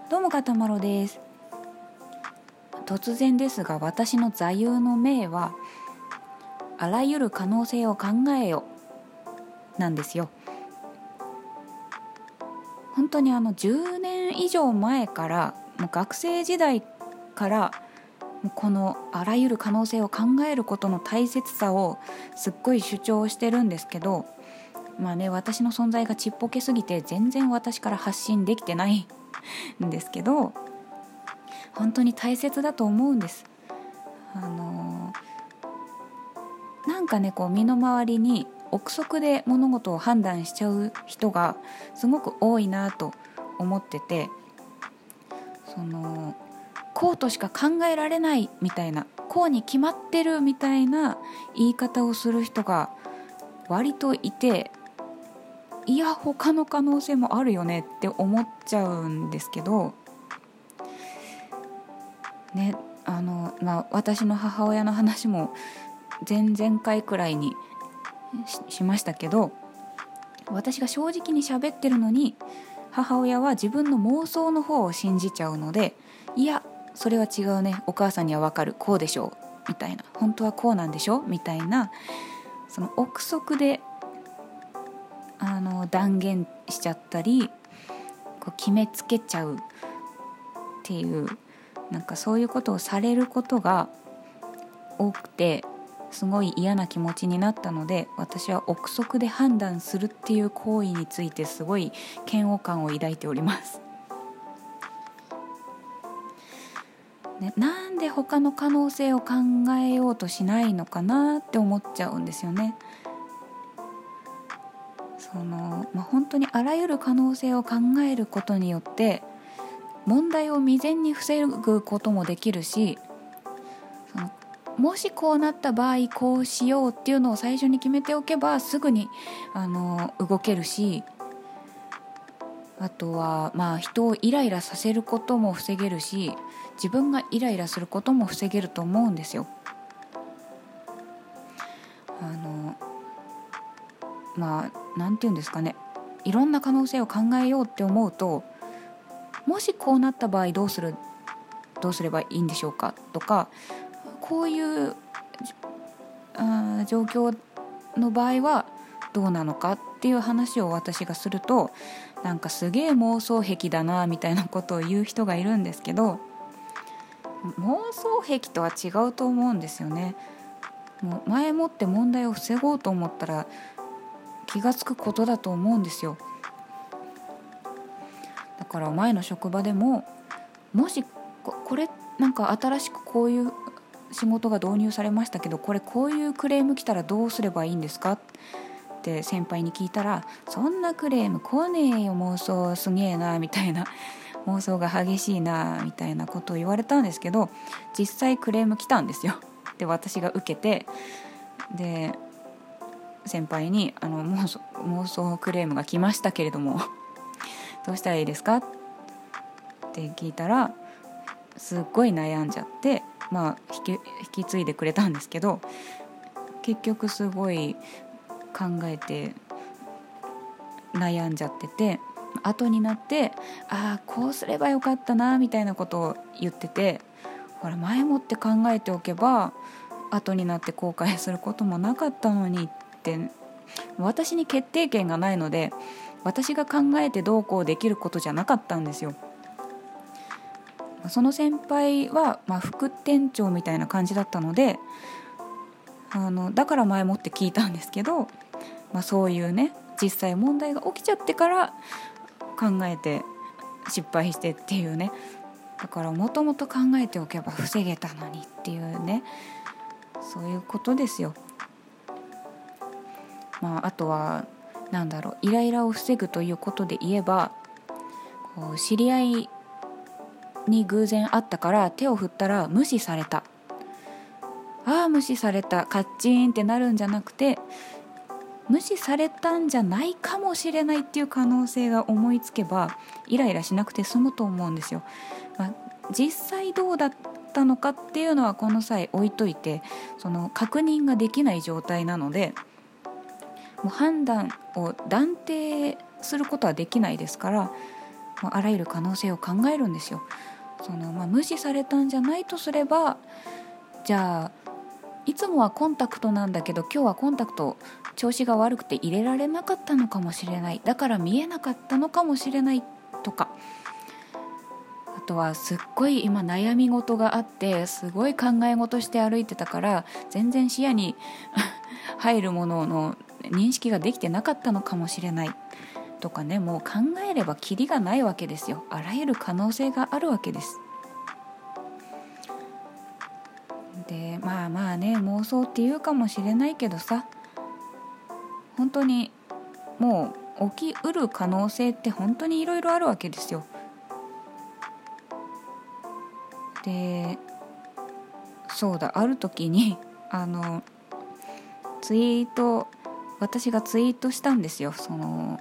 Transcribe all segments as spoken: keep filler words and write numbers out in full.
どうもかたまろです。突然ですが、私の座右の銘はあらゆる可能性を考えよなんですよ。本当にあのじゅうねん以上前から、もう学生時代からこのあらゆる可能性を考えることの大切さをすっごい主張してるんですけど、まあね、私の存在がちっぽけすぎて全然私から発信できてないんですけど、本当に大切だと思うんです。あのー、なんかねこう身の回りに憶測で物事を判断しちゃう人がすごく多いなと思ってて、そのこうとしか考えられないみたいな、こうに決まってるみたいな言い方をする人が割といて、いや他の可能性もあるよねって思っちゃうんですけどね。あの、まあ、私の母親の話も前々回くらいに し, しましたけど、私が正直に喋ってるのに母親は自分の妄想の方を信じちゃうので、いやそれは違うね、お母さんにはわかる、こうでしょうみたいな、本当はこうなんでしょみたいな、その憶測であの断言しちゃったり、こう決めつけちゃうっていう、なんかそういうことをされることが多くて、すごい嫌な気持ちになったので、私は憶測で判断するっていう行為についてすごい嫌悪感を抱いております、ね、なんで他の可能性を考えようとしないのかなって思っちゃうんですよね。その、まあ、本当にあらゆる可能性を考えることによって問題を未然に防ぐこともできるし、そのもしこうなった場合こうしようっていうのを最初に決めておけばすぐにあの動けるし、あとはまあ人をイライラさせることも防げるし、自分がイライラすることも防げると思うんですよ。あのまあなんていうんですかね、いろんな可能性を考えようって思うと、もしこうなった場合どうするどうすればいいんでしょうかとか、こういうあ状況の場合はどうなのかっていう話を私がすると、なんかすげえ妄想癖だなみたいなことを言う人がいるんですけど、妄想癖とは違うと思うんですよね。もう前もって問題を防ごうと思ったら気がつくことだと思うんですよ。だから前の職場でも、もし こ, これなんか新しくこういう仕事が導入されましたけど、これこういうクレーム来たらどうすればいいんですかって先輩に聞いたら、そんなクレーム来ねえよ、妄想すげえなみたいな、妄想が激しいなみたいなことを言われたんですけど、実際クレーム来たんですよ。で私が受けて、で先輩にあの妄想、妄想クレームが来ましたけれどもどうしたらいいですかって聞いたら、すっごい悩んじゃって、まあ引き、引き継いでくれたんですけど、結局すごい考えて悩んじゃってて、後になってああこうすればよかったなみたいなことを言ってて、ほら前もって考えておけば後になって後悔することもなかったのにって。私に決定権がないので、私が考えてどうこうできることじゃなかったんですよ。その先輩は、まあ、副店長みたいな感じだったので、あのだから前もって聞いたんですけど、まあ、そういうね実際問題が起きちゃってから考えて失敗してっていうね、だからもともと考えておけば防げたのにっていうね、そういうことですよ。まあ、あとはなんだろう、イライラを防ぐということで言えば、こう知り合いに偶然会ったから手を振ったら無視された、ああ無視されたカッチーンってなるんじゃなくて、無視されたんじゃないかもしれないっていう可能性が思いつけばイライラしなくて済むと思うんですよ。まあ、実際どうだったのかっていうのはこの際置いといて、その確認ができない状態なので、もう判断を断定することはできないですから、 まあ、あらゆる可能性を考えるんですよ。その、まあ、無視されたんじゃないとすれば、じゃあいつもはコンタクトなんだけど今日はコンタクト調子が悪くて入れられなかったのかもしれない、だから見えなかったのかもしれないとか、あとはすっごい今悩み事があってすごい考え事して歩いてたから全然視野に入るものの認識ができてなかったのかもしれないとかね、もう考えればキリがないわけですよ。あらゆる可能性があるわけです。でまあまあね、妄想って言うかもしれないけどさ、本当にもう起きうる可能性って本当にいろいろあるわけですよ。でそうだ、ある時にあのツイート私がツイートしたんですよ。その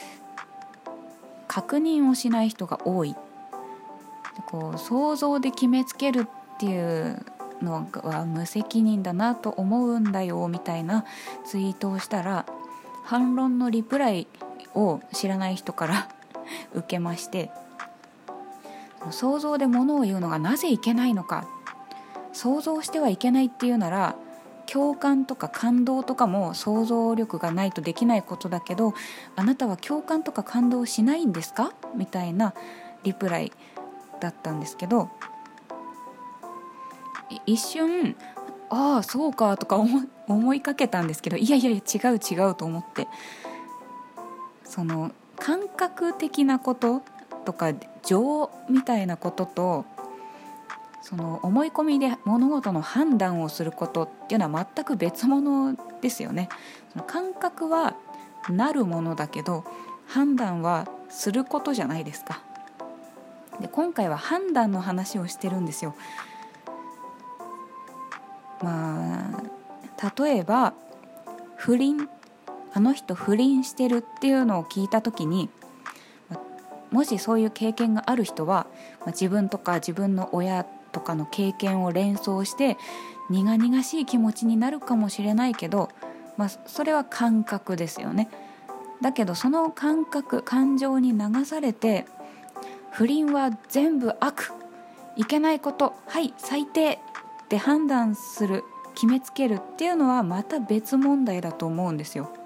確認をしない人が多い、こう想像で決めつけるっていうのは無責任だなと思うんだよみたいなツイートをしたら、反論のリプライを知らない人から受けまして、想像で物を言うのがなぜいけないのか、想像してはいけないっていうなら共感とか感動とかも想像力がないとできないことだけど、あなたは共感とか感動しないんですかみたいなリプライだったんですけど、一瞬ああそうかとか 思, 思いかけたんですけど、いやいやいや違う違うと思って、その感覚的なこととか情みたいなことと、その思い込みで物事の判断をすることっていうのは全く別物ですよね。その感覚はなるものだけど判断はすることじゃないですか。で今回は判断の話をしてるんですよ。まあ例えば不倫、あの人不倫してるっていうのを聞いた時に、もしそういう経験がある人は、まあ、自分とか自分の親とかの経験を連想して苦々しい気持ちになるかもしれないけど、まあ、それは感覚ですよね。だけどその感覚感情に流されて不倫は全部悪、いけないこと、はい最低って判断する、決めつけるっていうのはまた別問題だと思うんですよ。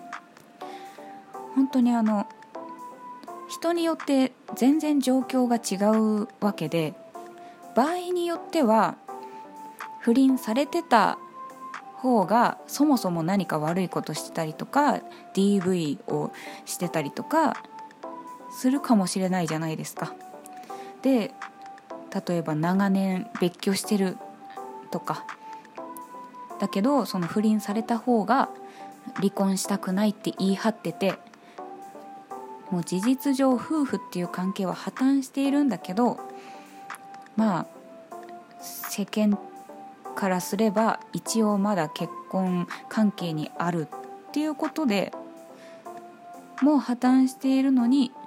本当にあの人によって全然状況が違うわけで、場合によっては不倫されてた方がそもそも何か悪いことしてたりとか ディーブイ をしてたりとかするかもしれないじゃないですか。で例えば長年別居してるとかだけど、その不倫された方が離婚したくないって言い張ってて、もう事実上夫婦っていう関係は破綻しているんだけど、まあ世間からすれば一応まだ結婚関係にあるっていうことでもう破綻しているのに、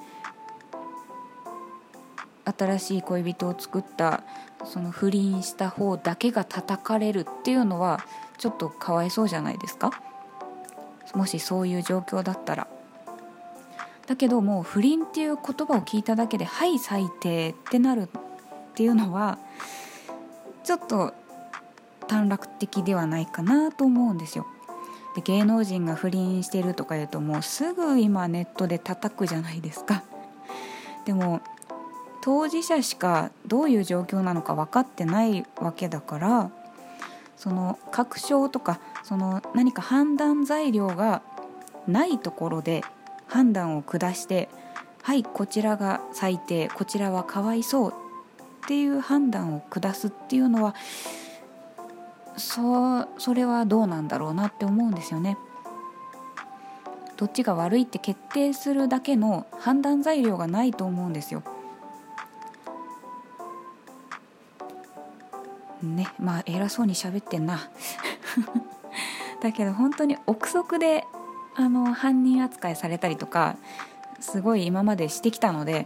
新しい恋人を作ったその不倫した方だけが叩かれるっていうのはちょっとかわいそうじゃないですか、もしそういう状況だったら。だけどもう不倫っていう言葉を聞いただけではい最低ってなるっていうのはちょっと短絡的ではないかなと思うんですよ。で芸能人が不倫してるとか言うともうすぐ今ネットで叩くじゃないですか。でも当事者しかどういう状況なのか分かってないわけだから、その確証とかその何か判断材料がないところで判断を下して、はいこちらが最低、こちらはかわいそうっていう判断を下すっていうのは、そ, それはどうなんだろうなって思うんですよね。どっちが悪いって決定するだけの判断材料がないと思うんですよね。まあ偉そうに喋ってんなだけど本当に憶測であの犯人扱いされたりとかすごい今までしてきたので、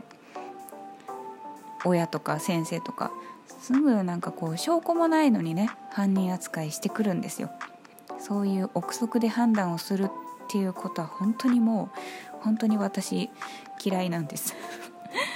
親とか先生とかすぐなんかこう証拠もないのにね犯人扱いしてくるんですよ。そういう憶測で判断をするっていうことは本当にもう本当に私嫌いなんです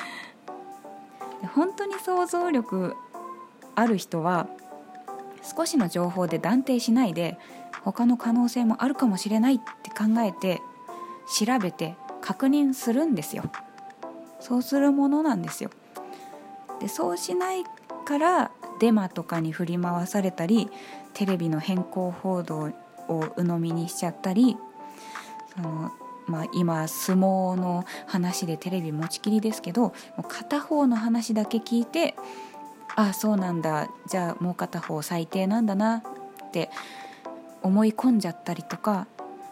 本当に想像力ある人は少しの情報で断定しないで、他の可能性もあるかもしれないって考えて調べて確認するんですよ。そうするものなんですよ。でそうしないからデマとかに振り回されたり、テレビの偏向報道を鵜呑みにしちゃったり、その、まあ、今相撲の話でテレビ持ちきりですけど、もう片方の話だけ聞いて、ああそうなんだ、じゃあもう片方最低なんだなって思い込んじゃったりとか、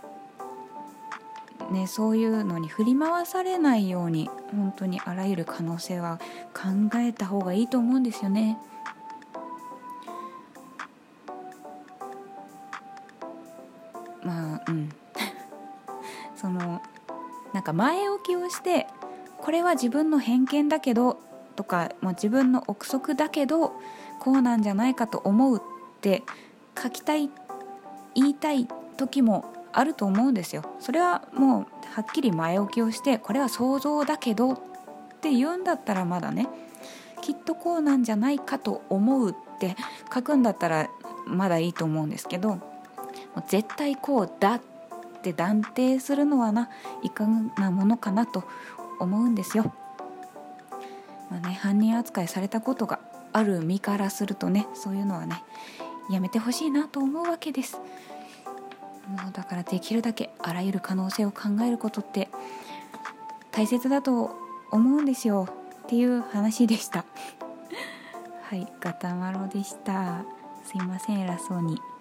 ね、そういうのに振り回されないように本当にあらゆる可能性は考えた方がいいと思うんですよね。まあうんそのなんか前置きをして、これは自分の偏見だけどとか、もう自分の憶測だけどこうなんじゃないかと思うって書きたい言いたい時もあると思うんですよ。それはもうはっきり前置きをして、これは想像だけどって言うんだったらまだね、きっとこうなんじゃないかと思うって書くんだったらまだいいと思うんですけど、もう絶対こうだって断定するのはないかがなものかなと思うんですよ。まあね、犯人扱いされたことがある身からするとね、そういうのはねやめてほしいなと思うわけです。もうだからできるだけあらゆる可能性を考えることって大切だと思うんですよっていう話でしたはい、ガタマロでした。すいません偉そうに。